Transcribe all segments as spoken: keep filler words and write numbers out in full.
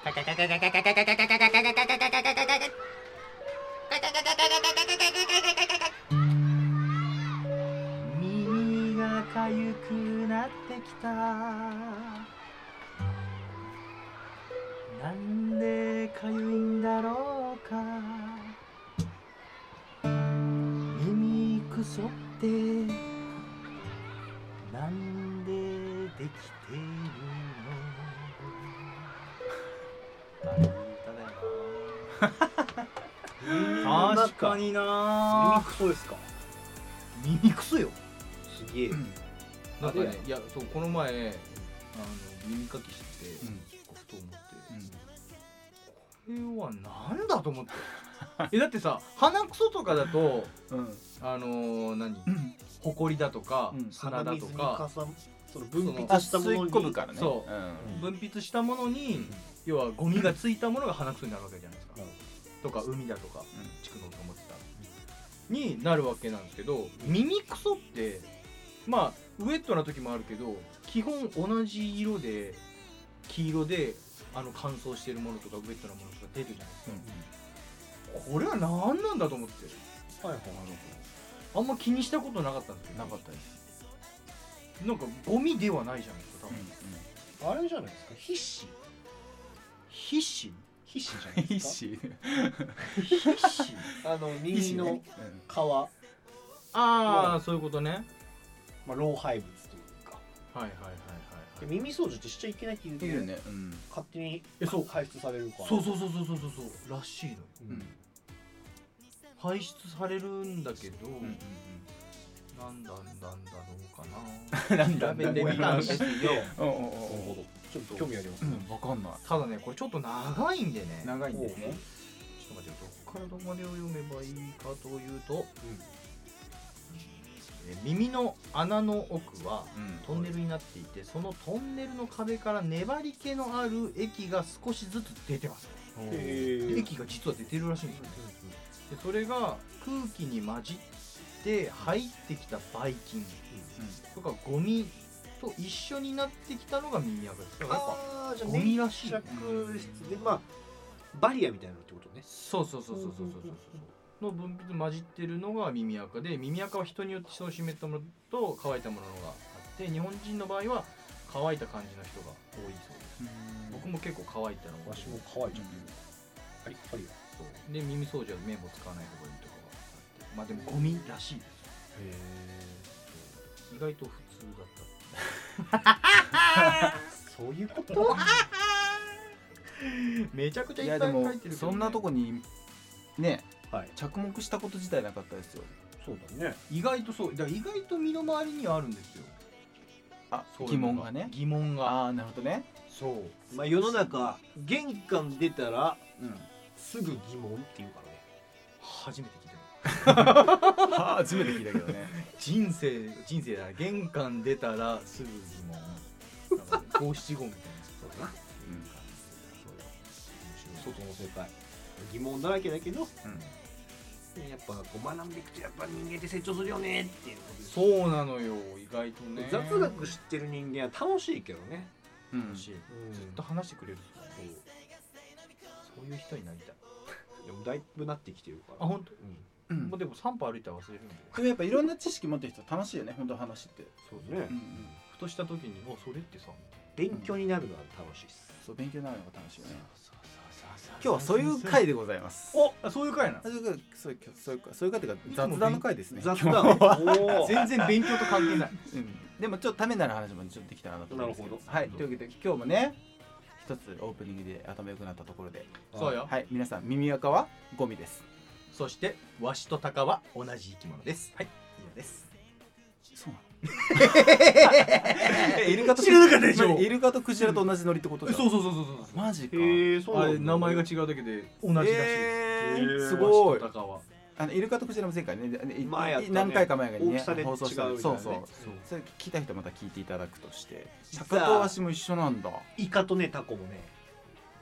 耳がかゆくなってきた。なんでかゆいんだろうか。耳くそってなんでできてるの。あれ歌だよな。確かにな。 耳クソですか。 耳くそよ。 すげえ。 なんかね、いや、そう、この前、あの耳かきしてて、ふと思って、これはなんだと思って。え、だってさ、鼻くそとかだと、あの何、ほこりだとか砂だとか、 その分泌したものに、 そう、分泌したものに、要はゴミがついたものが鼻くそになるわけじゃないですか。とか海だとか、蓄能と思ってたになるわけなんですけど、耳くそってまあウェットな時もあるけど、基本同じ色で黄色であの乾燥してるものとかウェットなものとか出るじゃないですか、うん、これは何なんだと思って、はいはい、あんま気にしたことなかったんですけど、なかったです。なんかゴミではないじゃないですか、多分、 うんうん、あれじゃないですか、皮脂皮脂皮脂じゃないですか。 皮脂皮脂あの耳の皮、 ああ、そういうことね。 まあ老廃物というか。はいはいはいはい。耳掃除ってしちゃいけないっていうけどね、勝手に排出されるから。 そうそうそうそうそうそうらしいの。排出されるんだけど、なんだなんだろうかな。なんだ調べてみたんですよ。なるほど。ちょっと興味ありますね。わかんない。ただね、これちょっと長いんでね。長いんでね。ちょっと待って、どっからどこまでを読めばいいかというと、耳の穴の奥はトンネルになっていて、そのトンネルの壁から粘り気のある液が少しずつ出てます。液が実は出てるらしいんですよね。でそれが空気に混じって入ってきたばい菌とかゴミと一緒になってきたのが耳垢です。だからやっぱゴミらしい。 粘着質で、まあバリアみたいなのってことね。 そうそうそうそうそうそうそうの分泌混じってるのが耳垢で、耳垢は人によって人の湿ったものと乾いたものがあって、日本人の場合は乾いた感じの人が多いそうです。僕も結構乾いたのが、 私も乾いちゃってる。はい、バリア。 そうで、耳掃除は綿棒使わない方がいいとかがあって、まあでもゴミらしいです。へえ。意外と普通だった。 そういうことめちゃくちゃいっぱい書いてるけど、ね、 そんなとこにね、はい、着目したこと自体なかったですよ。 そうだね。 意外とそう、だから意外と身の回りにはあるんですよ。 あ、疑問がね。 疑問が。 ああ、なるほどね。 そう。まあ世の中玄関出たら、うん、すぐ疑問っていうからね。 初めて聞いた。 初めて聞いたけどね。 人生人生だ。玄関出たらすぐ疑問。なんか五七五みたいな。そうだな。 外の世界疑問だらけだけど、うん、やっぱこう学んでいくとやっぱ人間って成長するよねっていうことです。 そうなのよ、意外とね。 雑学知ってる人間は楽しいけどね。 楽しい、うん、ずっと話してくれる。そうそういう人になりたい。 でもだいぶなってきてるから。 あ、本当。うん。まあでも散歩歩いたら忘れるんで。 でもやっぱいろんな知識持ってる人楽しいよね、本当話って。 そうね。 ふとした時に、あ、それってさ、 勉強になるのは楽しいです。 そう、勉強になるのが楽しいよね。今日はそういう回でございます。 お、あ、そういう回な。 そういうそういうそういうそういう回というか雑談の回ですね。 雑談。 全然勉強と関係ない。 うん。でもちょっとためになる話もちょっとできたらなと思います。 なるほど。 はい。というわけで今日もね、一つオープニングで頭良くなったところで。 そうよ。 はい。皆さん、耳垢はゴミです。 そしてワシとタカは同じ生き物です。はい。以上です。 そうなの。 イルカとイルカとクジラと同じノリってことじゃん。 そうそうそうそうそう。 マジか。 あれ名前が違うだけで同じらしいです。 すごい。 あのイルカとクジラも前回ね、何回か前にね放送した。 そうそう。それ聞いた人また聞いていただくとして。タカとワシも一緒なんだ。 イカとねタコもね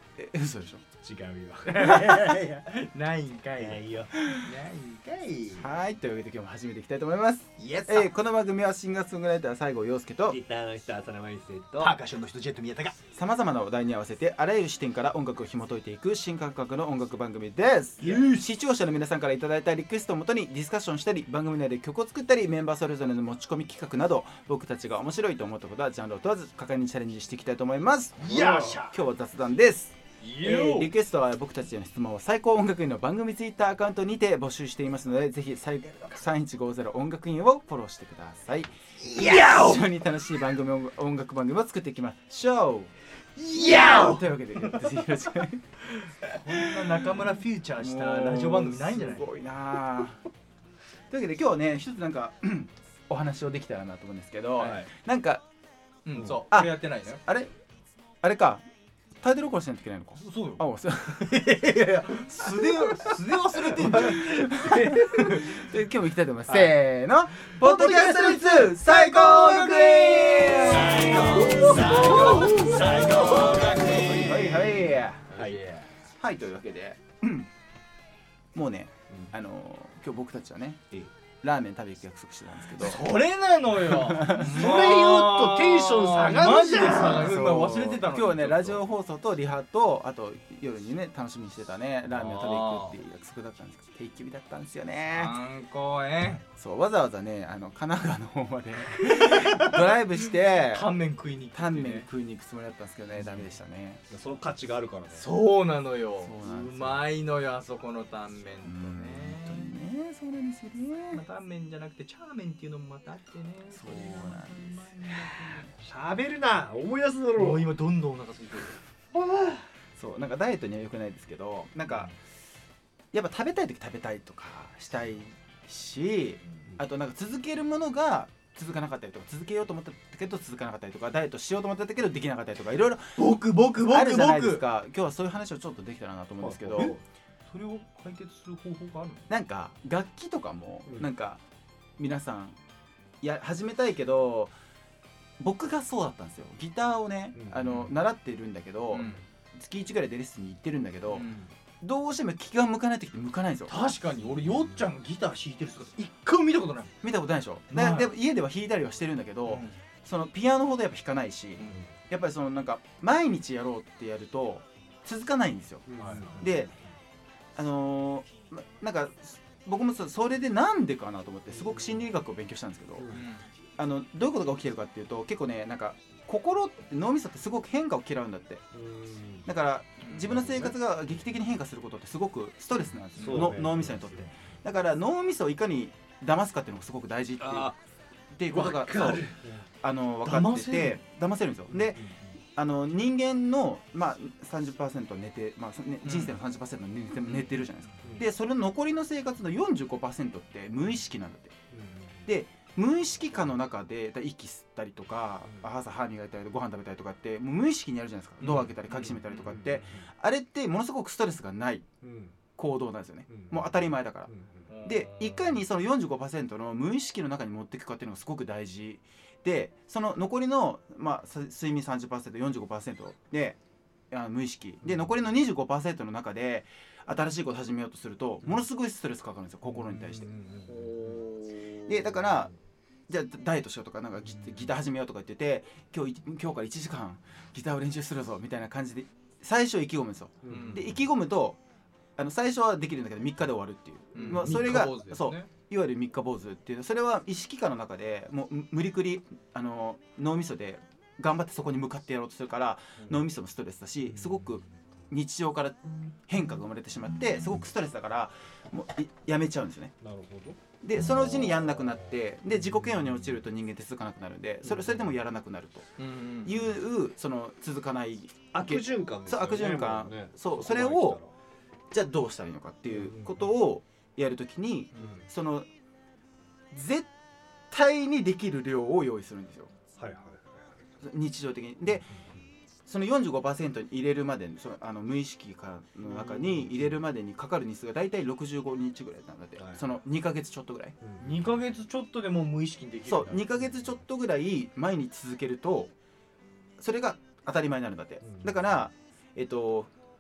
え嘘でしょ。 違うよ。 ないんかい。 ないよ。 ないんかい。 はい、というわけで今日も始めていきたいと思います。 イエス。 えー、この番組はシンガーソングライター西郷陽介とギターの人浅野真由生とパーカッションの人ジェット宮田がさまざまなお題に合わせてあらゆる視点から音楽を紐解いていく新感覚の音楽番組です。視聴者の皆さんからいただいたリクエストをもとにディスカッションしたり、番組内で曲を作ったり、メンバーそれぞれの持ち込み企画など僕たちが面白いと思ったことはジャンルを問わず果敢にチャレンジしていきたいと思います。 よっしゃ。 今日は雑談です。えー、リクエストは僕たちへの質問は最高音楽院の番組ツイッターアカウントにて募集していますので、ぜひさんいちごゼロ音楽院をフォローしてください。一緒に楽しい番組音楽番組を作っていきましょう。 やというわけでよろしく。こんな中村フューチャーしたラジオ番組ないんじゃない？ すごいな。というわけで今日はね一つなんかお話をできたらなと思うんですけど、はい、なんか、 うん、そう、あれやってないのよ。 あれあれか。タイトルコールしないといけないのか。 そうよ。 あ、そう。 いやいや、素で素で忘れてんじゃん。で今日も行きたいと思います。はい、せーの。ポッドキャスト率最高音楽院。最高最高最高音楽院。はいはいはいはいというわけで、もうね、あの今日僕たちはね。ラーメン食べ行く約束してたんですけど、 それなのよ。それ言うとテンション下がるじゃん。 マジで忘れてたの。 今日ねラジオ放送とリハとあと夜にね楽しみにしてたねラーメンを食べ行くっていう約束だったんですけど定休日だったんですよね。 参考ね。 そうわざわざねあの神奈川の方までドライブしてタンメン食いに行く、ね、 タンメン食いに行くつもりだったんですけどねダメでしたね。 その価値があるからね。 そうなのよ。 うまいのよあそこのタンメンとね。 そうなんですよね。 まあ、タンメンじゃなくてチャーメンっていうのもまたあってね。 そうなんですよ。喋るな思い出すだろう。 もう今どんどんお腹空いてる。 そうなんかダイエットには良くないですけどなんかやっぱ食べたい時食べたいとかしたいし、あとなんか続けるものが続かなかったりとか続けようと思ったけど続かなかったりとかダイエットしようと思ったけどできなかったりとかいろいろ僕僕僕あるじゃないですか。今日はそういう話をちょっとできたらなと思うんですけど。 それを解決する方法があるの？ なんか楽器とかもなんか皆さんや始めたいけど僕がそうだったんですよ。ギターをね、うん、あの習ってるんだけど、うん、月いちぐらいでレッスンに行ってるんだけど、うん、どうしても気が向かない時って向かないんですよ。 確かに俺よっちゃんがギター弾いてる姿一回も見たことない。 見たことないでしょ。でで家では弾いたりはしてるんだけど、うん、そのピアノほどやっぱ弾かないし、うん、やっぱりそのなんか毎日やろうってやると続かないんですよ。うん、であのー、なんか僕もそれでなんでかなと思ってすごく心理学を勉強したんですけど、うん、あのどういうことが起きてるかっていうと結構ねなんか心って脳みそってすごく変化を嫌うんだって。だから自分の生活が劇的に変化することってすごくストレスなんですよ、ね、脳みそにとって。だから脳みそをいかに騙すかっていうのがすごく大事っていう、っていうことがそうあの分かってて騙せるんですよ。であの人間の、まあ、さんじゅっパーセント寝て、まあね、人生の さんじゅっパーセント 寝て、うん、寝てるじゃないですか、うん、でそれの残りの生活の よんじゅうごパーセント って無意識なんだって、うん、で無意識下の中で息吸ったりとか、うん、朝歯磨いたりご飯食べたりとかってもう無意識にやるじゃないですか、うん、ドア開けたり鍵閉めたりとかって、うん、あれってものすごくストレスがない行動なんですよね、うん、もう当たり前だから、うん、でいかにその よんじゅうごパーセント の無意識の中に持っていくかっていうのがすごく大事で、その残りの、まあ、睡眠 さんじゅっパーセント、よんじゅうごパーセント であ無意識で残りの にじゅうごパーセント の中で新しいことを始めようとするとものすごいストレスかかるんですよ心に対して。でだからじゃあダイエットしようとかなんかギター始めようとか言ってて今日今日からいちじかんギターを練習するぞみたいな感じで最初意気込むんですよ。で意気込むとあの最初はできるんだけどみっかで終わるっていう、うんまあ、それが、ね、そういわゆる三日坊主っていうそれは意識下の中でもう無理くりあの脳みそで頑張ってそこに向かってやろうとするから、うん、脳みそもストレスだしすごく日常から変化が生まれてしまってすごくストレスだからもうやめちゃうんですよね。 なるほど。 でそのうちにやんなくなってで自己嫌悪に陥ると人間って続かなくなるんでそれそれでもやらなくなるという、うん、その続かない悪循環ですよね。 そう悪循環、ね、そうそれをじゃあどうしたらいいのかっていうことをやるときに、うん、その絶対にできる量を用意するんですよ、はいはいはいはい、日常的に。で、うん、その よんじゅうごパーセント に入れるまでそのあの無意識からの中に入れるまでにかかる日数がだいたいろくじゅうごにちぐらいなんだって、はい、そのにかげつちょっとぐらい、 うん、にかげつちょっとでも無意識にできる。 そうにかげつちょっとぐらい毎日続けるとそれが当たり前になるんだって、うん、だからえっと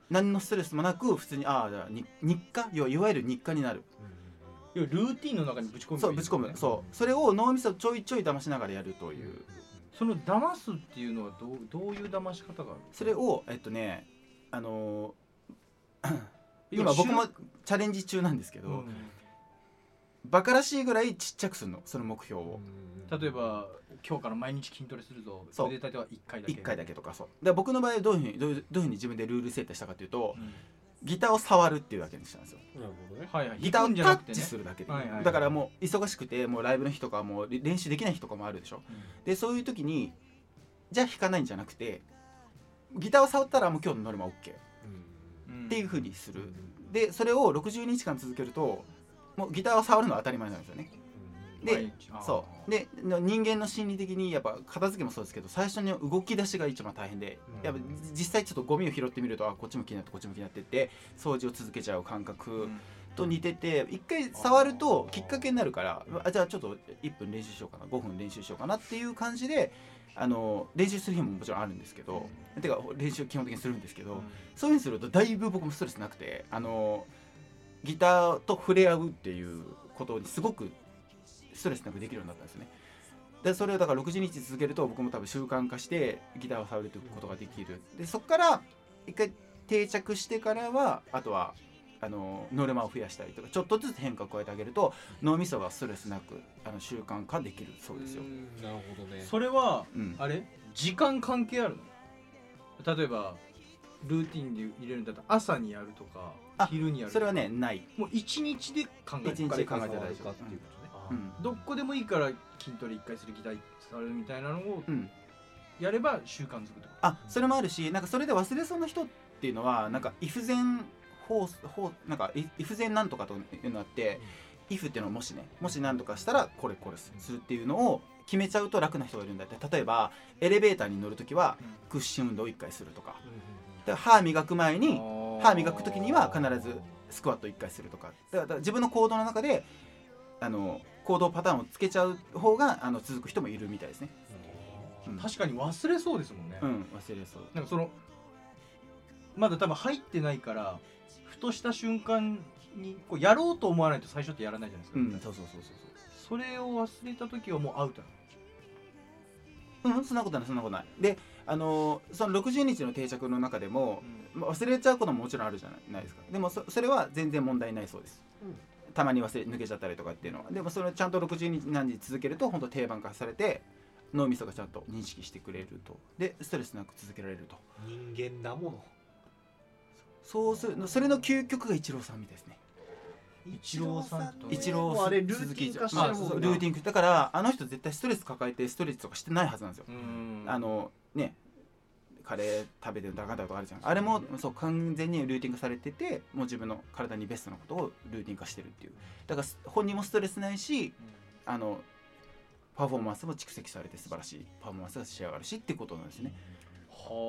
何のストレスもなく普通にああ日課要はいわゆる日課になる、 要はルーティンの中にぶち込む、ね、 そうぶち込む、そうそれを脳みそちょいちょい騙しながらやるという、 その騙すっていうのはどうどういう騙し方がある？ それをえっとねあのー、今僕もチャレンジ中なんですけど、うん、バカらしいぐらいちっちゃくするのその目標を。 例えば今日から毎日筋トレするぞ、腕立てはいっかいだけ、 いっかいだけとか、そうで僕の場合はどういうふうにどういうどういうふうに自分でルール設定したかというと、うん、ギターを触るっていうだけにしたんですよ。なるほどね、はいはい、ギターをタッチするだけで、ねはいはいはい、だからもう忙しくてもうライブの日とかもう練習できない日とかもあるでしょ、うん、でそういう時にじゃあ弾かないんじゃなくてギターを触ったらもう今日のノルマ OK、うん、っていうふうにする、うん、でそれをろくじゅうにちかん続けるともうギターを触るのは当たり前なんですよね。でそうで人間の心理的にやっぱ片付けもそうですけど最初に動き出しが一番大変で、うん、やっぱ実際ちょっとゴミを拾ってみるとあこっちも気になってこっちも気になってって掃除を続けちゃう感覚と似てて一回触るときっかけになるからあじゃあちょっといっぷん練習しようかなごふん練習しようかなっていう感じであの練習する日ももちろんあるんですけど、うん、てか練習基本的にするんですけど、うん、そういうふうにするとだいぶ僕もストレスなくてあのギターと触れ合うっていうことにすごくストレスなくできるようになったんですね。でそれをだからろくじゅうにち続けると僕も多分習慣化してギターを触るということができる。でそこから一回定着してからはあとはあのノルマを増やしたりとかちょっとずつ変化を加えてあげると脳みそがストレスなくあの習慣化できるそうですよ。 なるほどね。 それは、うん、あれ時間関係あるの？例えばルーティンで入れるんだったら朝にやるとか昼にやるとか。 それはねないもう一日で考えて一日で考えて大丈夫っていうことね。 うん、どこでもいいから筋トレいっかいするギターされるみたいなのをやれば習慣づくってこと、 うん、あそれもあるしなんかそれで忘れそうな人っていうのはなんかイフゼン法法なんかイフゼンなんとかというのがあって、うん、イフっていうのをもしねもし何とかしたらこれこれするっていうのを決めちゃうと楽な人がいるんだって。例えばエレベーターに乗るときは屈伸運動をいっかいするとか、うん、歯磨く前に歯磨くときには必ずスクワットいっかいするとか、だから自分の行動の中であの行動パターンをつけちゃう方があの続く人もいるみたいですね、 うん、確かに忘れそうですもんね。 うん忘れそう。 なんかそのまだ多分入ってないからふとした瞬間にこうやろうと思わないと最初ってやらないじゃないですか、 うん、そうそうそうそうそれを忘れた時はもうアウトなの。うんそんなことないそんなことない。であのそのろくじゅうにちの定着の中でも、うん、忘れちゃうことももちろんあるじゃないですか。でも そ, それは全然問題ないそうです、うんたまに忘れ抜けちゃったりとかっていうのは。でもそれちゃんとろくじゅうにち何日続けると本当定番化されて脳みそがちゃんと認識してくれると。でストレスなく続けられると。 人間だもの。 そうするそれの究極がイチローさんみたいですね。 イチローさんとイチローさんあれルーティン化してるもんな、まあ、 ルーティンだからあの人絶対ストレス抱えてストレッチとかしてないはずなんですよ。あのねカレー食べてるだかだとかあるじゃん。あれもそう完全にルーティン化されててもう自分の体にベストなことをルーティン化してるっていう。だから本人もストレスないし、あのパフォーマンスも蓄積されて素晴らしいパフォーマンスが仕上がるしっていうことなんですね。 はあ、うん、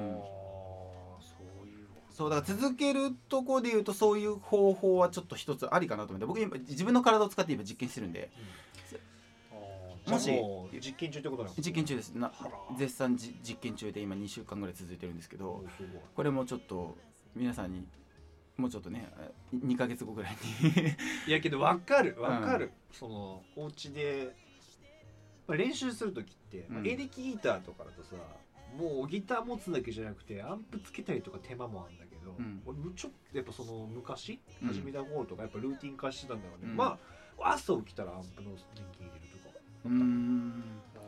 そういうそうだから続けるとこでいうとそういう方法はちょっと一つありかなと思って、僕今自分の体を使って今実験してるんで、 うん、もし実験中ってことなんですか？ 実験中ですな絶賛じ実験中で今にしゅうかんぐらい続いてるんですけど、これもちょっと皆さんにもうちょっとねにかげつごぐらいにいやけど分かる分かる、うん、そのお家で、まあ、練習するときって、まあ、エレキギターとかだとさ、もうギター持つだけじゃなくてアンプつけたりとか手間もあるんだけど、うん、俺ちょっとやっぱその昔始めた頃とかやっぱルーティン化してたんだよね、うん、まあ朝起きたらアンプの電気入れるとか、 うーん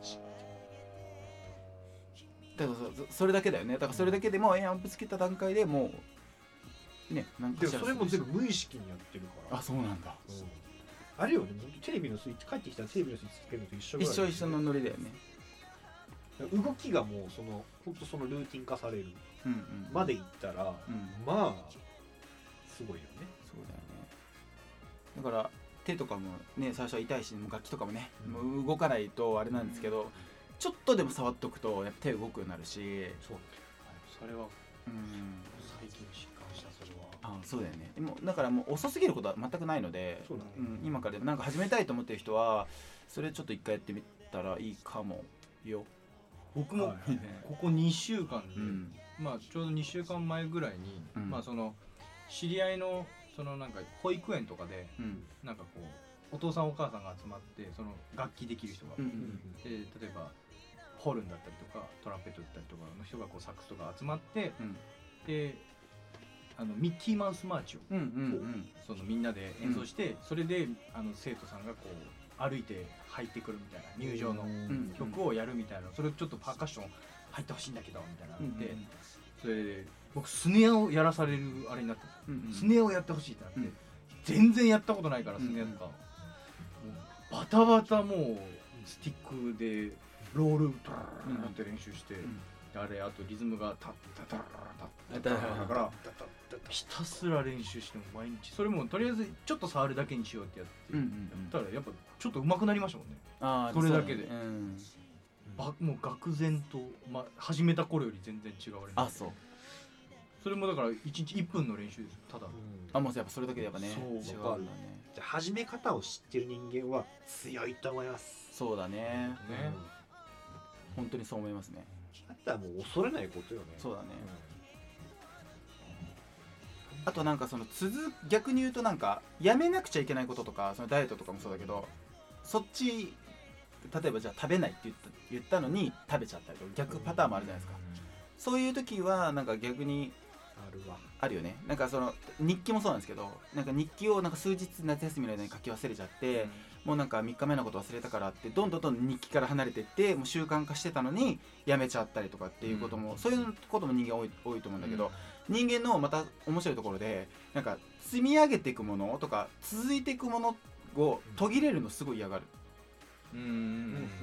だから そ, それだけだよね。だからそれだけでもアンプつけた段階でもうね、なんかでもそれも全部無意識にやってるから。 あ、そうなんだ、 うん、あれよね、テレビのスイッチ帰ってきたらテレビのスイッチつけるのと一緒ぐらい、 一緒一緒のノリだよね。 動きがもうその本当そのルーティン化されるまでいったら、うんうん、まあすごいよね。 そうだよね。だから手とかもね最初は痛いし、楽器とかもね、うん、もう動かないとあれなんですけど、うん、ちょっとでも触っておくとやっぱ手動くようになるし、 そうそれは、うん、最近実感した。それはあそうだよね。でもだからもう遅すぎることは全くないので、そうだね、うん、今からでもなんか始めたいと思ってる人はそれちょっと一回やってみたらいいかもよ。 僕もここにしゅうかんで、 うん、 まあちょうどにしゅうかんまえぐらいに、うん、まあその知り合いのそのなんか保育園とかで、うん、なんかこうお父さんお母さんが集まってその楽器できる人が、うんうん、で例えばホルンだったりとかトランペットだったりとかの人がこうサックスとか集まって、うん、であのミッキーマウスマーチを、うんうんうん、そのみんなで演奏して、うん、それであの生徒さんがこう歩いて入ってくるみたいな入場の曲をやるみたいな、それをちょっとパーカッション入ってほしいんだけどみたいなので、うんうん、それで僕スネアをやらされるあれになって、うんうん、スネアをやってほしいってなって、うん、全然やったことないからスネアとか、うんうん、もうバタバタもうスティックでロールトラーって練習して、うん、あれあとリズムがタッタタラタッタタラだからひたすら練習しても毎日それもとりあえずちょっと触るだけにしようってやって、うんうんうん、やったらやっぱちょっと上手くなりましたもんね。あそれだけで、うん、ばもう愕然と、ま、始めた頃より全然違う練習。 あそうそれもだからいちにちいっぷんの練習ですただ、うん、 あもうやっぱそれだけでやっぱねそう違うんだね。じゃあ始め方を知ってる人間は強いと思います。 そうだね、ね、うん、本当にそう思いますね。 だったらもう恐れないことよね。 そうだね、うん、あとなんかその続逆に言うとなんかやめなくちゃいけないこととかそのダイエットとかもそうだけどそっち例えばじゃあ食べないって言った、言ったのに食べちゃったりとか逆パターンもあるじゃないですか、うん、そういう時はなんか逆にあるわあるよね。なんかその日記もそうなんですけどなんか日記をなんか数日夏休みの間に書き忘れちゃって、うん、もうなんかみっかめのこと忘れたからってどんどんどんどん日記から離れていってもう習慣化してたのにやめちゃったりとかっていうことも、うん、そういうことも人間多い、多いと思うんだけど、うん、人間のまた面白いところでなんか積み上げていくものとか続いていくものを途切れるのすごい嫌がる。うん、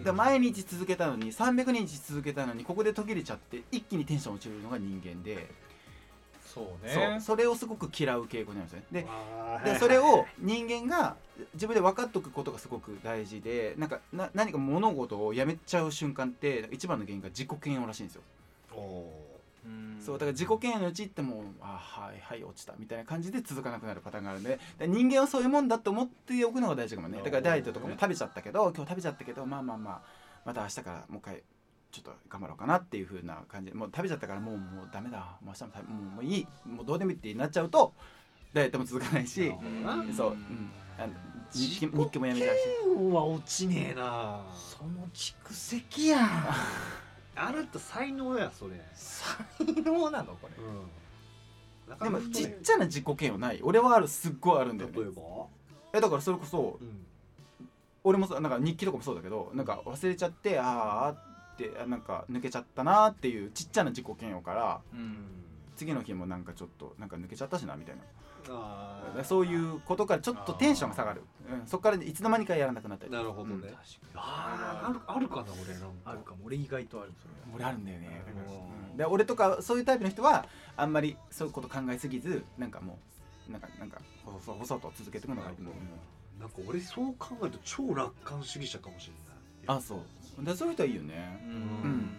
だ毎日続けたのにさんびゃくにち続けたのにここで途切れちゃって一気にテンション落ちるのが人間で、 そうね、 そうそれをすごく嫌う傾向になるんですよね。で、でそれを人間が自分で分かっておくことがすごく大事でなんかな何か物事をやめちゃう瞬間って一番の原因が自己嫌悪らしいんですよ。おうんそうだから自己嫌悪のうちってもうあはいはい落ちたみたいな感じで続かなくなるパターンがあるんで人間はそういうもんだと思っておくのが大事かもね。だからダイエットとかも食べちゃったけど今日食べちゃったけどまあまあまあまた明日からもう一回ちょっと頑張ろうかなっていう風な感じでもう食べちゃったからもうもうダメだもう明日も食べもうもういいもうどうでもいいってなっちゃうとダイエットも続かないしそう、うん、あの日記日記もやめちゃうしは落ちねえなその蓄積やんあなた才能やそれ才能なのこれ、 うん、でもちっちゃな自己嫌悪ない俺はあるすっごいあるんだよね。 例えばえだからそれこそ、うん、俺もなんか日記とかもそうだけどなんか忘れちゃってああってなんか抜けちゃったなっていうちっちゃな自己嫌悪から、うん、次の日もなんかちょっとなんか抜けちゃったしなみたいなあそういうことからちょっとテンションが下がる、うん、そこからいつの間にかやらなくなったり。 なるほどね、うん、確かにああるあるかな俺なんかあるかも俺意外とあるそれ俺あるんだよね、うん、で俺とかそういうタイプの人はあんまりそういうこと考えすぎずなんかもうなんかなんか細々と続けていくのがいいと思う。 なんか俺そう考えると超楽観主義者かもしれない。あそうでそういう人はいいよね。うん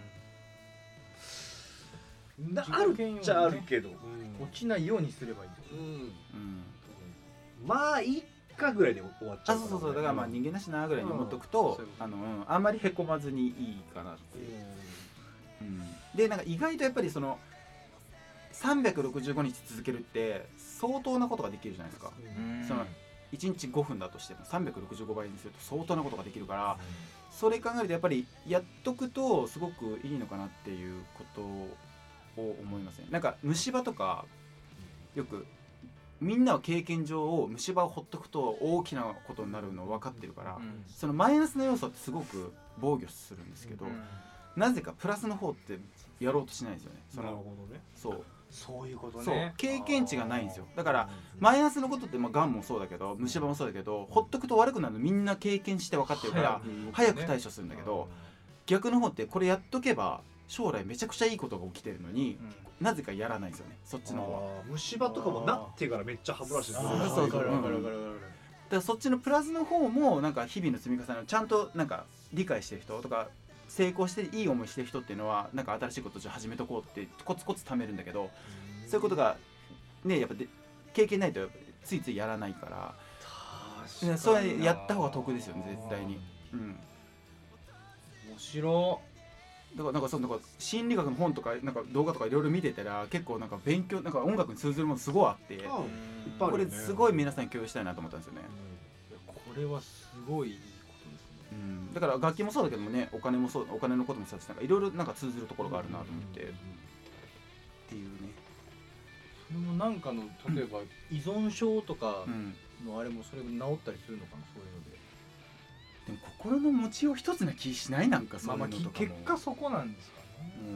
うんなあるっちゃあるけど、ねうん、落ちないようにすればいい、うんうん、 まあいっかぐらいで終わっちゃうから、ね、 あそうそうそうだからまあ人間だしなぐらいに思っとくと、うん、あの、うん、あんまりへこまずにいいかなっていう、うんうん、でなんか意外とやっぱりそのさんびゃくろくじゅうごにち続けるって相当なことができるじゃないですか、うん、そのいちにちごふんだとしてもさんびゃくろくじゅうごばいにすると相当なことができるから、うん、それ考えるとやっぱりやっとくとすごくいいのかなっていうことを思いますね。なんか虫歯とかよくみんなは経験上虫歯をほっとくと大きなことになるの分かってるから、うん、そのマイナスの要素ってすごく防御するんですけど、うん、なぜかプラスの方ってやろうとしないんですよね。そのなるほどね。 そうそういうことね。 そう経験値がないんですよ。だからマイナスのことってまあがんもそうだけど虫歯もそうだけどほっとくと悪くなるのみんな経験して分かってるから早く対処するんだけど、逆の方ってこれやっとけば将来めちゃくちゃいいことが起きてるのに、うん、なぜかやらないんですよね。そっちの方は虫歯とかもなってからめっちゃ歯ブラシする。 そうそうそう。だからそっちのプラスの方もなんか日々の積み重ねをちゃんとなんか理解してる人とか成功していい思いしてる人っていうのはなんか新しいことを始めとこうってコツコツ貯めるんだけど、そういうことがねやっぱで経験ないとついついやらないから、それやった方が得ですよね絶対に。うん。 面白い。 だからなんかそのなんか心理学の本とかなんか動画とかいろいろ見てたら結構なんか勉強なんか音楽に通ずるものすごいあって、これすごい皆さんに共有したいなと思ったんですよね。 これはすごいいいことですね。 うん、だから楽器もそうだけどもね、お金もそう、お金のこともそうです。なんかいろいろなんか通ずるところがあるなと思って、っていうね。 それもなんかの例えば依存症とかのあれもそれが治ったりするのかな、そういうので。 でも心の持ちよう一つな気しない、なんかそういうのとかも。 まあまあ結果そこなんですかね。 うん。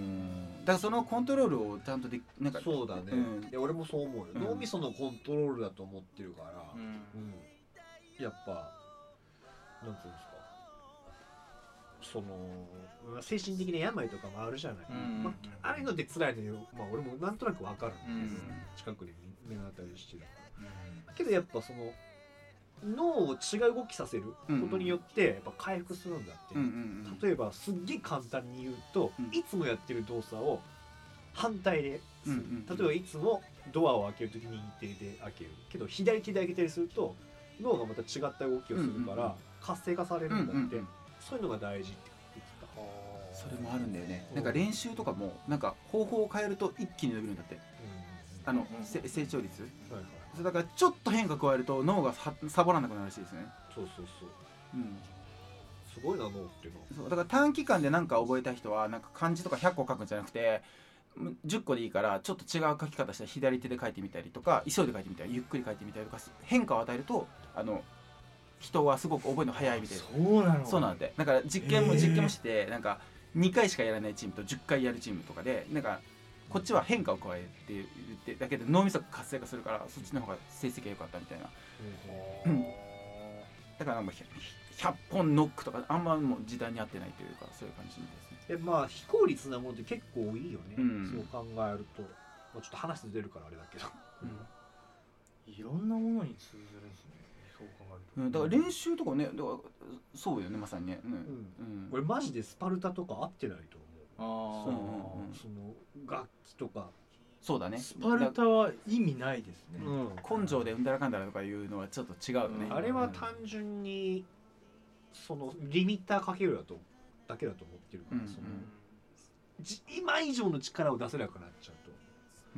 だからそのコントロールをちゃんとでなんかそうだね。 うん、 いや俺もそう思うよ。 うん、 脳みそのコントロールだと思ってるから、 うんうん、 やっぱなんていうんですか。その精神的な病とかもあるじゃない、うんうんうん、まあ、ああいうのって辛いのよ、まあ、俺もなんとなく分かるんだけど、うんうん、近くで目の当たりしてるから、うん、けどやっぱその脳を違う動きさせることによってやっぱ回復するんだって、うんうん、例えばすっげえ簡単に言うと、うん、いつもやってる動作を反対で、うんうん、例えばいつもドアを開けるときに右手で開けるけど左手で開けたりすると脳がまた違った動きをするから、うんうん、活性化されるんだって、うんうんうん、そういうのが大事って言ってた。 それもあるんだよね。なんか練習とかもなんか方法を変えると一気に伸びるんだって、うん、あの、うん、成長率、はいはい、そうだからちょっと変化加えると脳がサボらなくなるらしいですね。 そうそうそう、うん、すごいな脳っていうの。 そうだから短期間で何か覚えた人はなんか漢字とかひゃっこ書くんじゃなくてじゅっこでいいからちょっと違う書き方したら左手で書いてみたりとか急いで書いてみたりゆっくり書いてみたりとか変化を与えるとあの人はすごく覚えるの早いみたいな。 そうなの。 そうなんで、だから実験も実験もしてなんかにかいしかやらないチームとじゅっかいやるチームとかでなんかこっちは変化を加えて言ってだけで脳みそが活性化するからそっちの方が成績が良かったみたいな、うん、だからなんかひゃっぽんノックとかあんまもう時代に合ってないというかそういう感じみたいですね。 えまあ非効率なものって結構多いよね、うん、そう考えると、まあ、ちょっと話して出るからあれだけど、 うん、いろんなものに通ずるんですね。そう考えると、 うん、だから練習とかねだからそうよねまさにね、うんうんうん、俺マジでスパルタとか合ってないと思う。あそう、うんうん、その楽器とかそうだね。 スパルタは意味ないですね、 うん、根性でうんだらかんだらとかいうのはちょっと違うよね、 うん、あれは単純にそのリミッターかけるだとだけだと思ってるから、うんうん、その今以上の力を出せなくなっちゃうと、うん、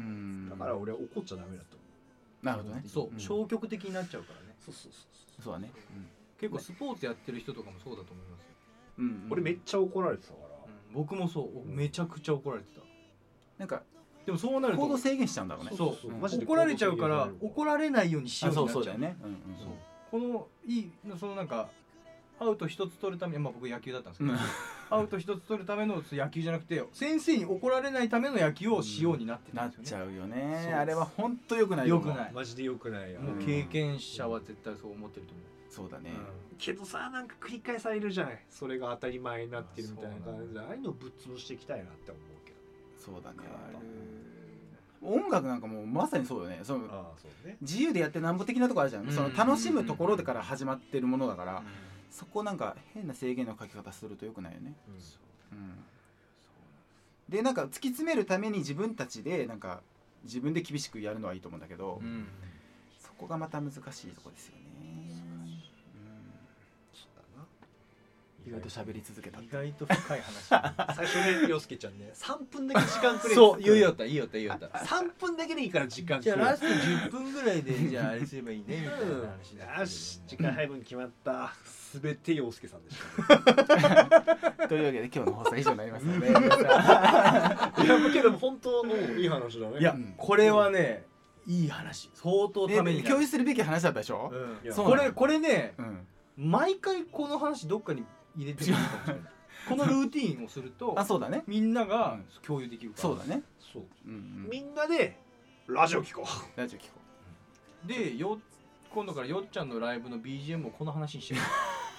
だから俺は怒っちゃダメだと思う。 なるほどね。 そう、うん、消極的になっちゃうからね。 そうそうそうそうだね、うん、 結構スポーツやってる人とかもそうだと思いますよ、 うんうん、俺めっちゃ怒られてたから、 うん、僕もそう、うん、めちゃくちゃ怒られてた。 なんかでもそうなると行動制限しちゃうんだろうね。 そうそう、うん、マジで怒られちゃうから怒られないようにしようになっちゃう。 そうそうだよね、うんうん、 そうこのいいそのなんかアウト一つ取るために、まあ僕野球だったんですけど、うん、アウト一つ取るための野球じゃなくて先生に怒られないための野球をしようになってたんですよね、 うん、なっちゃうよね。あれは本当良くないよ。 良くない。 マジで良くないよ。 もう経験者は絶対そう思ってると思う。 そうだね、 うん、けどさなんか繰り返されるじゃない。それが当たり前になってるみたいな感じで、ああいうのぶっ潰していきたいなって思うけど。 そうだね。音楽なんかもうまさにそうよね。そのあそうね、自由でやってなんぼ的なとこあるじゃん、うん、その楽しむところでから始まってるものだから、うん、そこなんか変な制限の書き方するとよくないよね、うんうん、でなんか突き詰めるために自分たちでなんか自分で厳しくやるのはいいと思うんだけど、うん、そこがまた難しいとこですよね。意外と喋り続けた。 意外と深い話最初ね陽介ちゃんねさんぷんだけ時間くれそう言うよった言うよった言うよったさんぷんだけでいいから時間くれ。 じゃあラストじゅっぷんぐらいでじゃああれすればいいねみたいな話になって、 ね、よし時間配分決まった。すべて陽介さんでしたというわけで今日の放送は以上になりますのでいやけど本当のいい話だね。 いや、うん、これはねいい話相当ためになる。 共有するべき話だったでしょ、 うん、そうこれこれね、うん、毎回この話どっかに入れてるかもしれないこのルーティーンをするとあそうだねみんなが共有できるから、 そうだねそう、うんうん、みんなでラジオ聞こうラジオ聞こうでよ今度からよっちゃんのライブの ビージーエム をこの話にしてる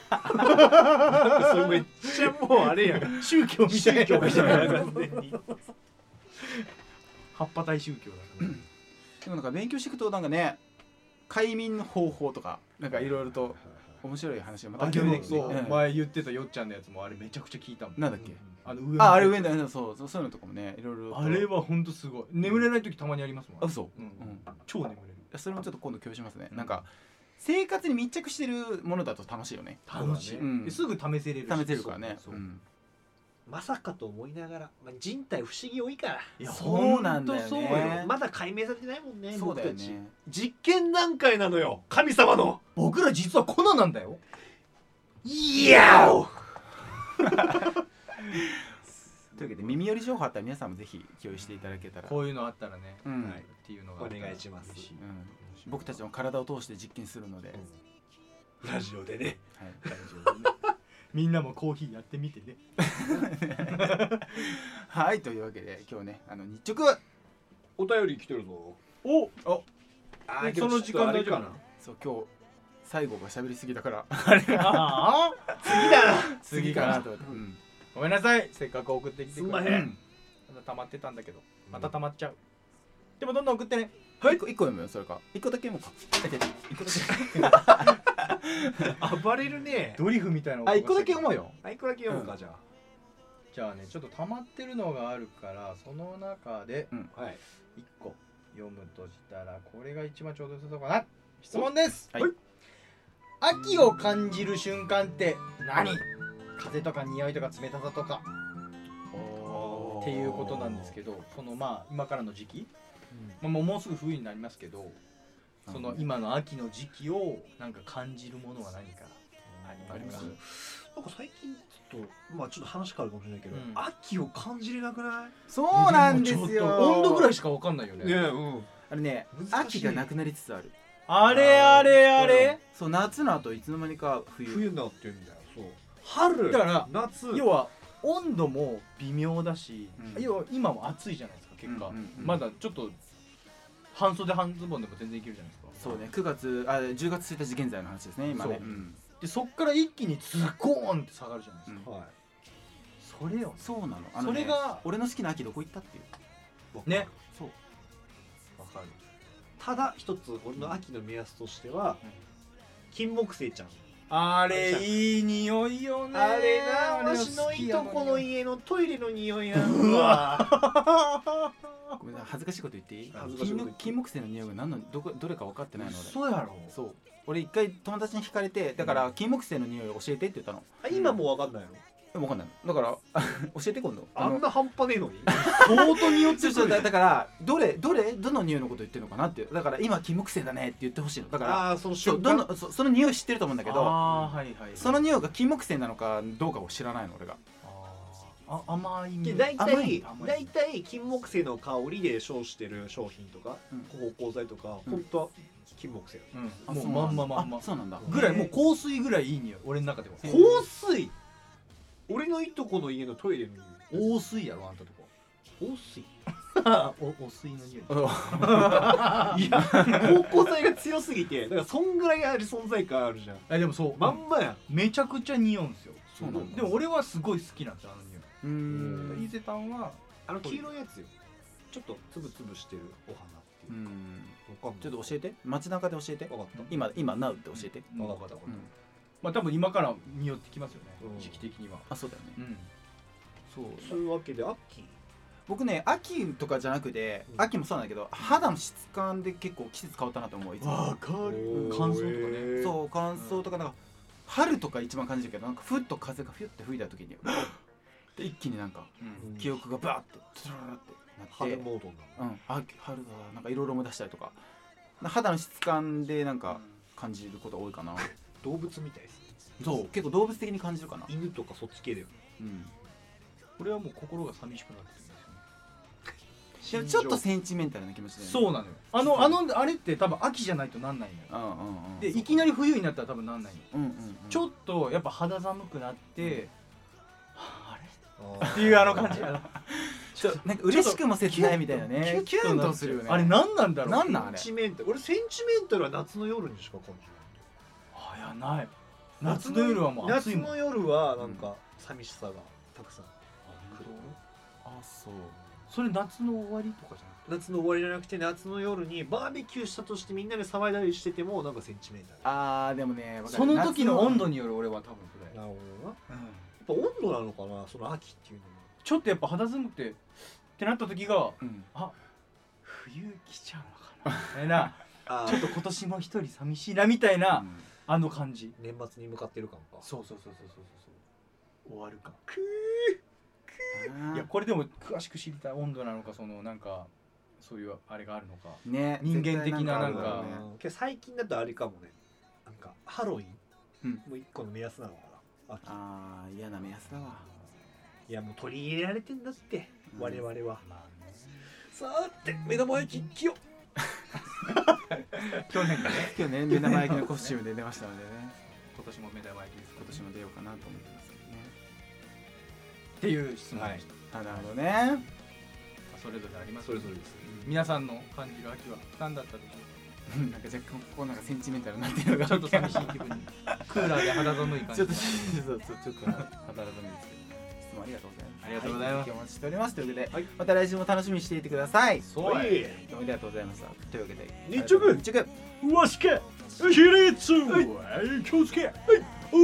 それめっちゃもうあれやん宗教みたいな宗教みたいな完全に葉っぱ大宗教だから、ね、 でもなんか勉強していくとなんかね快眠の方法とかなんかいろいろと面白い話がまた出てきて、そう、うん、前言ってたよっちゃんのやつもあれめちゃくちゃ聞いたもん。 なんだっけ、 あの上ああれ上だよね。そうそうそういうのとかもねいろいろあれはほんとすごい眠れない時たまにありますもん。 あ嘘、うんうん、 超眠れる。 それもちょっと今度共有しますね、うん、なんか生活に密着してるものだと楽しいよね。 楽しい、うん、すぐ試せれる試せるからね。そうそう、うん、 まさかと思いながら、まあ、人体不思議多いから。 いやそうなんだよね。 ほんとそうよ。 まだ解明されてないもんね。 そうだよ僕たちね。 実験段階なのよ、神様の。 僕ら実はコナンなんだよ。 いやおというわけで耳寄り情報あったら皆さんもぜひ共有していただけたら、 こういうのあったらね、 うんはい、っていうのがお願いします。 嬉しい。 うん、僕たちの体を通して実験するので、 うん、ラジオでね、 はい、 大丈夫ね。みんなもコーヒーやってみてね。 はい、というわけで今日ね、あの日直お便り来てるぞ。 おおあーその時間大丈夫なの？ そう今日最後が喋りすぎたからあれあ次だな。 次かなと思って、うんごめんなさい、せっかく送ってきてくれて、 すんまへんうんまだ溜まってたんだけどまた溜まっちゃう。でもどんどん送ってね。 はい、一個一個読むよ。それか一個だけ読もうか。あで一個だけ暴れるね。 ドリフみたいな音があ一個だけ読もうよ。 あ、一個だけ読むか、じゃじゃあね、ちょっと溜まってるのがあるからその中であ。はい。 いっこ読むとしたらこれが一番ちょうどよさそうかな。質問です、 はい、 秋を感じる瞬間って何？風とか匂いとか冷たさとかっていうことなんですけど、そのまあ今からの時期、まあ、もうもうすぐ冬になりますけど、その今の秋の時期をなんか感じるものは何かあります？ なんか最近ちょっとまあちょっと話変わるかもしれないけど、 うん秋を感じれなくない？ そうなんですちょっとよ。 温度ぐらいしかわかんないよね。 うん。 あれね、 難しい秋がなくなりつつある。 あれあれあれ。 そう夏の後いつの間にか冬。 冬になってるんだよ。そう。春。 だから夏。 要は温度も微妙だし、 うん要は今も暑いじゃないですか結果、 うんうんうんまだちょっと半袖半ズボンでも全然いけるじゃないですか。 そうね、くがつあじゅうがつついたち現在の話ですね今ね。 そうんでそっから一気にズゴーンって下がるじゃないですか、 はい。 それよそうなの。あのねそれが俺の好きな秋どこ行ったっていう。 ね。 そう。 わかる。 ただ一つ俺の秋の目安としては、金木犀ちゃん。 あれいい匂いよね。 あれな、わしのいとこの家のトイレの匂いなんだ。 ごめんなさい恥ずかしいこと言っていい？ 恥ずかしいこと言っていい金木犀の匂いが何のどこどれか分かってないの俺。 そうやろ。 そう俺一回友達に聞かれて、だから金木犀の匂いを教えてって言ったの。 あ、今もうわかんないの？ でも分かんないだから教えて今度。 あんな半端ねえのに。 相当匂ってそうそうだだからどれどれどの匂いのこと言ってるのかなっていう。だから今金木犀だねって言ってほしいの。だからああ、そのそう瞬間。 どのそその匂い知ってると思うんだけど、 あーはいはい、 その匂いが金木犀なのかどうかを知らないの俺が。 あーあ甘い匂い。 大甘体い大体金木犀の香りで称してる商品とかうん芳香剤とかうん本当は金木犀。 うん、もうまんままんまあそうなんだ。 ぐらい、もう香水ぐらいいい匂い俺の中では。 へ香水。俺のいとこの家のトイレの匂い。 香水やろあんたとこ。 香水。 おお水の匂い。 いや、芳香剤が強すぎて、だからそんぐらいある存在感あるじゃん。 あでもそう、 まんまやん。 めちゃくちゃ匂うんですよ。 そうなんだでも俺はすごい好きなんですよあの匂い。 うーん伊勢丹はあの黄色いやつよ。ちょっとつぶつぶしてるお花ってういうか。 んわかんない。 ちょっと教えて街中で教えて。 わかった。 今今 ナウ って教えて。 うんわかったわかっうんまあ多分今から匂ってきますよね、 うん時期的には。 あそうだよね。 うんそうた。そういうわけで秋。 僕ね秋とかじゃなくて、 うん秋もそうなんだけど肌の質感で結構季節変わったなと思ういつも。 かる乾燥とかね。 そう乾燥とかなんか春とか一番感じるけどなんかふっと風がフュッて吹いた時にで一気になんかうんうん記憶がバーってツルルルってなって春モードになる。 うん秋春だなんかいろいろ思い出したりとか肌の質感でなんか感じることが多いかな。 動物みたいです。 そう結構動物的に感じるかな。 犬とかそっち系だよね。 うん俺はもう心が寂しくなってるんですよね。 でもちょっとセンチメンタルな気持ちで、ね、 そうなのよ。あのあのあれって多分秋じゃないとなんないのよ。 うんうんうんでいきなり冬になったら多分なんないのよ。 うんうんうんちょっとやっぱ肌寒くなって、はあ、あれっっていうあの感じやな。 ちょなんか嬉しくも切ないみたいなね。キュンとするよね。 あれ何なんだろう。 なんなんあれセンチメンタル。俺センチメンタルは夏の夜にしか感じない。 あいやない。夏の夜はもう暑いもん。 夏の夜はなんか寂しさがたくさん来る。 あそう。 それ夏の終わりとかじゃなくて。 夏の終わりじゃなくて夏の夜にバーベキューしたとしてみんなで騒いだりしててもなんかセンチメンタル。 あーでもねわかるその時の温度夏による俺は多分それ。 なるほどな。 うんやっぱ温度なのかなその秋っていうのも。 ちょっとやっぱ肌寒くてってなった時が、 うんあ冬来ちゃうのかなみたいな。 あちょっと今年も一人寂しいなみたいな、あの感じ。 年末に向かってる感か。 そうそうそうそうそうそう。終わるか。 いやこれでも詳しく知りたい温度なのか、そのなんかそういうあれがあるのか、 ね、 人間的ななんか、 けど最近だとあれかもね、なんかハロウィン、 うん、 もう一個の目安なのかな。秋。 ああ嫌な目安だわ。 いやもう取り入れられてんだって、 うん、 我々は。 まあね、 さて目玉焼き着よ去年がね今日ね目玉焼きのコスチュームで出ましたのでね今年も目玉焼きです。 今年も出ようかなと思ってますけどねっていう質問でした、 はい、あなるほどね。 それぞれあります。 それぞれです。 皆さんの感じる秋は何だったでしょうなんか若干ここなんかセンチメンタルになってるのがか。ちょっと寂しい気分にクーラーで肌寒い感じ。 ちょっとそうそうちょっと働かないですけど、質問ありがとうございます。 ありがとうございます。 はい、今日お待ちしておりますというわけで、 はい、 また来週も楽しみにしていてください。 そうや。 はい。 どうもありがとうございました。というわけで日直日直わしけ比率はい気をつけはいお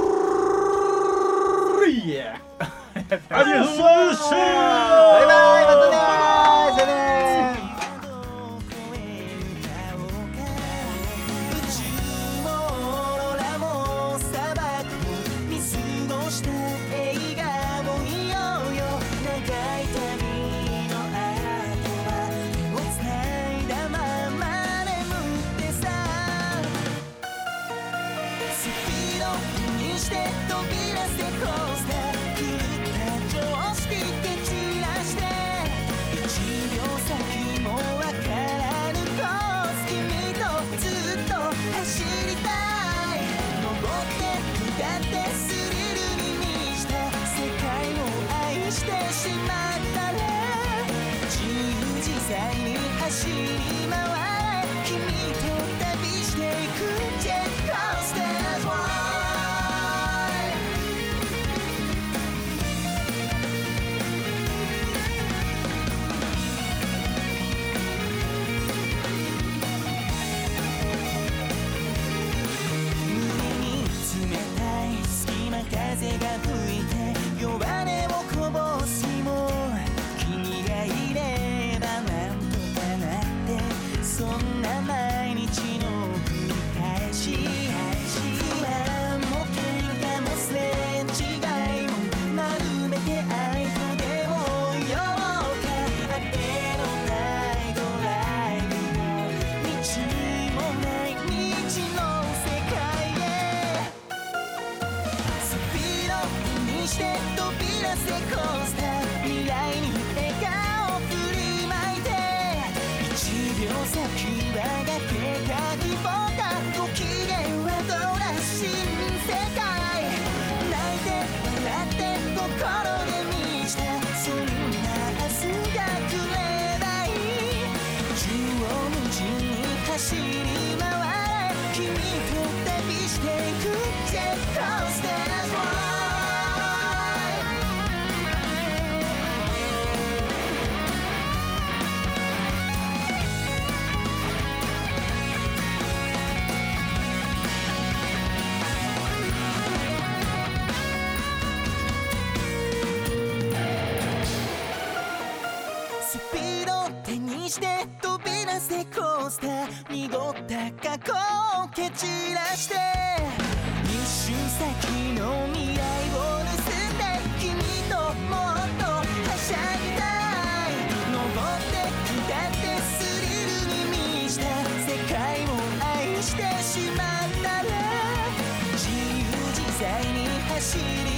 ーいやありがとうございました。 バイバイ、またねー、じゃあねー。 走り回れ君と旅していくジェットコースターズ胸に冷たい隙間風が吹いて弱音をこぼすも君がいればなんとかなってそんな毎日の繰り返し不安も喧嘩もすれ違いも丸めて愛とでも言おうかあてのないドライブも道もない道の世界へスピードにして飛び出せコースター未来に笑顔振りまいていちびょう先はがけか希望かご機嫌はどうだ新世界泣いて笑って心で満ちたそんな明日が来ればいい縦横無尽に走り回れ君と旅していくジェットコースターズスピード手にして飛び出せコースター濁った過去を蹴散らして一瞬先の未来を盗んで君ともっとはしゃぎたい登って下ってスリルに満ちた世界を愛してしまったら自由自在に走り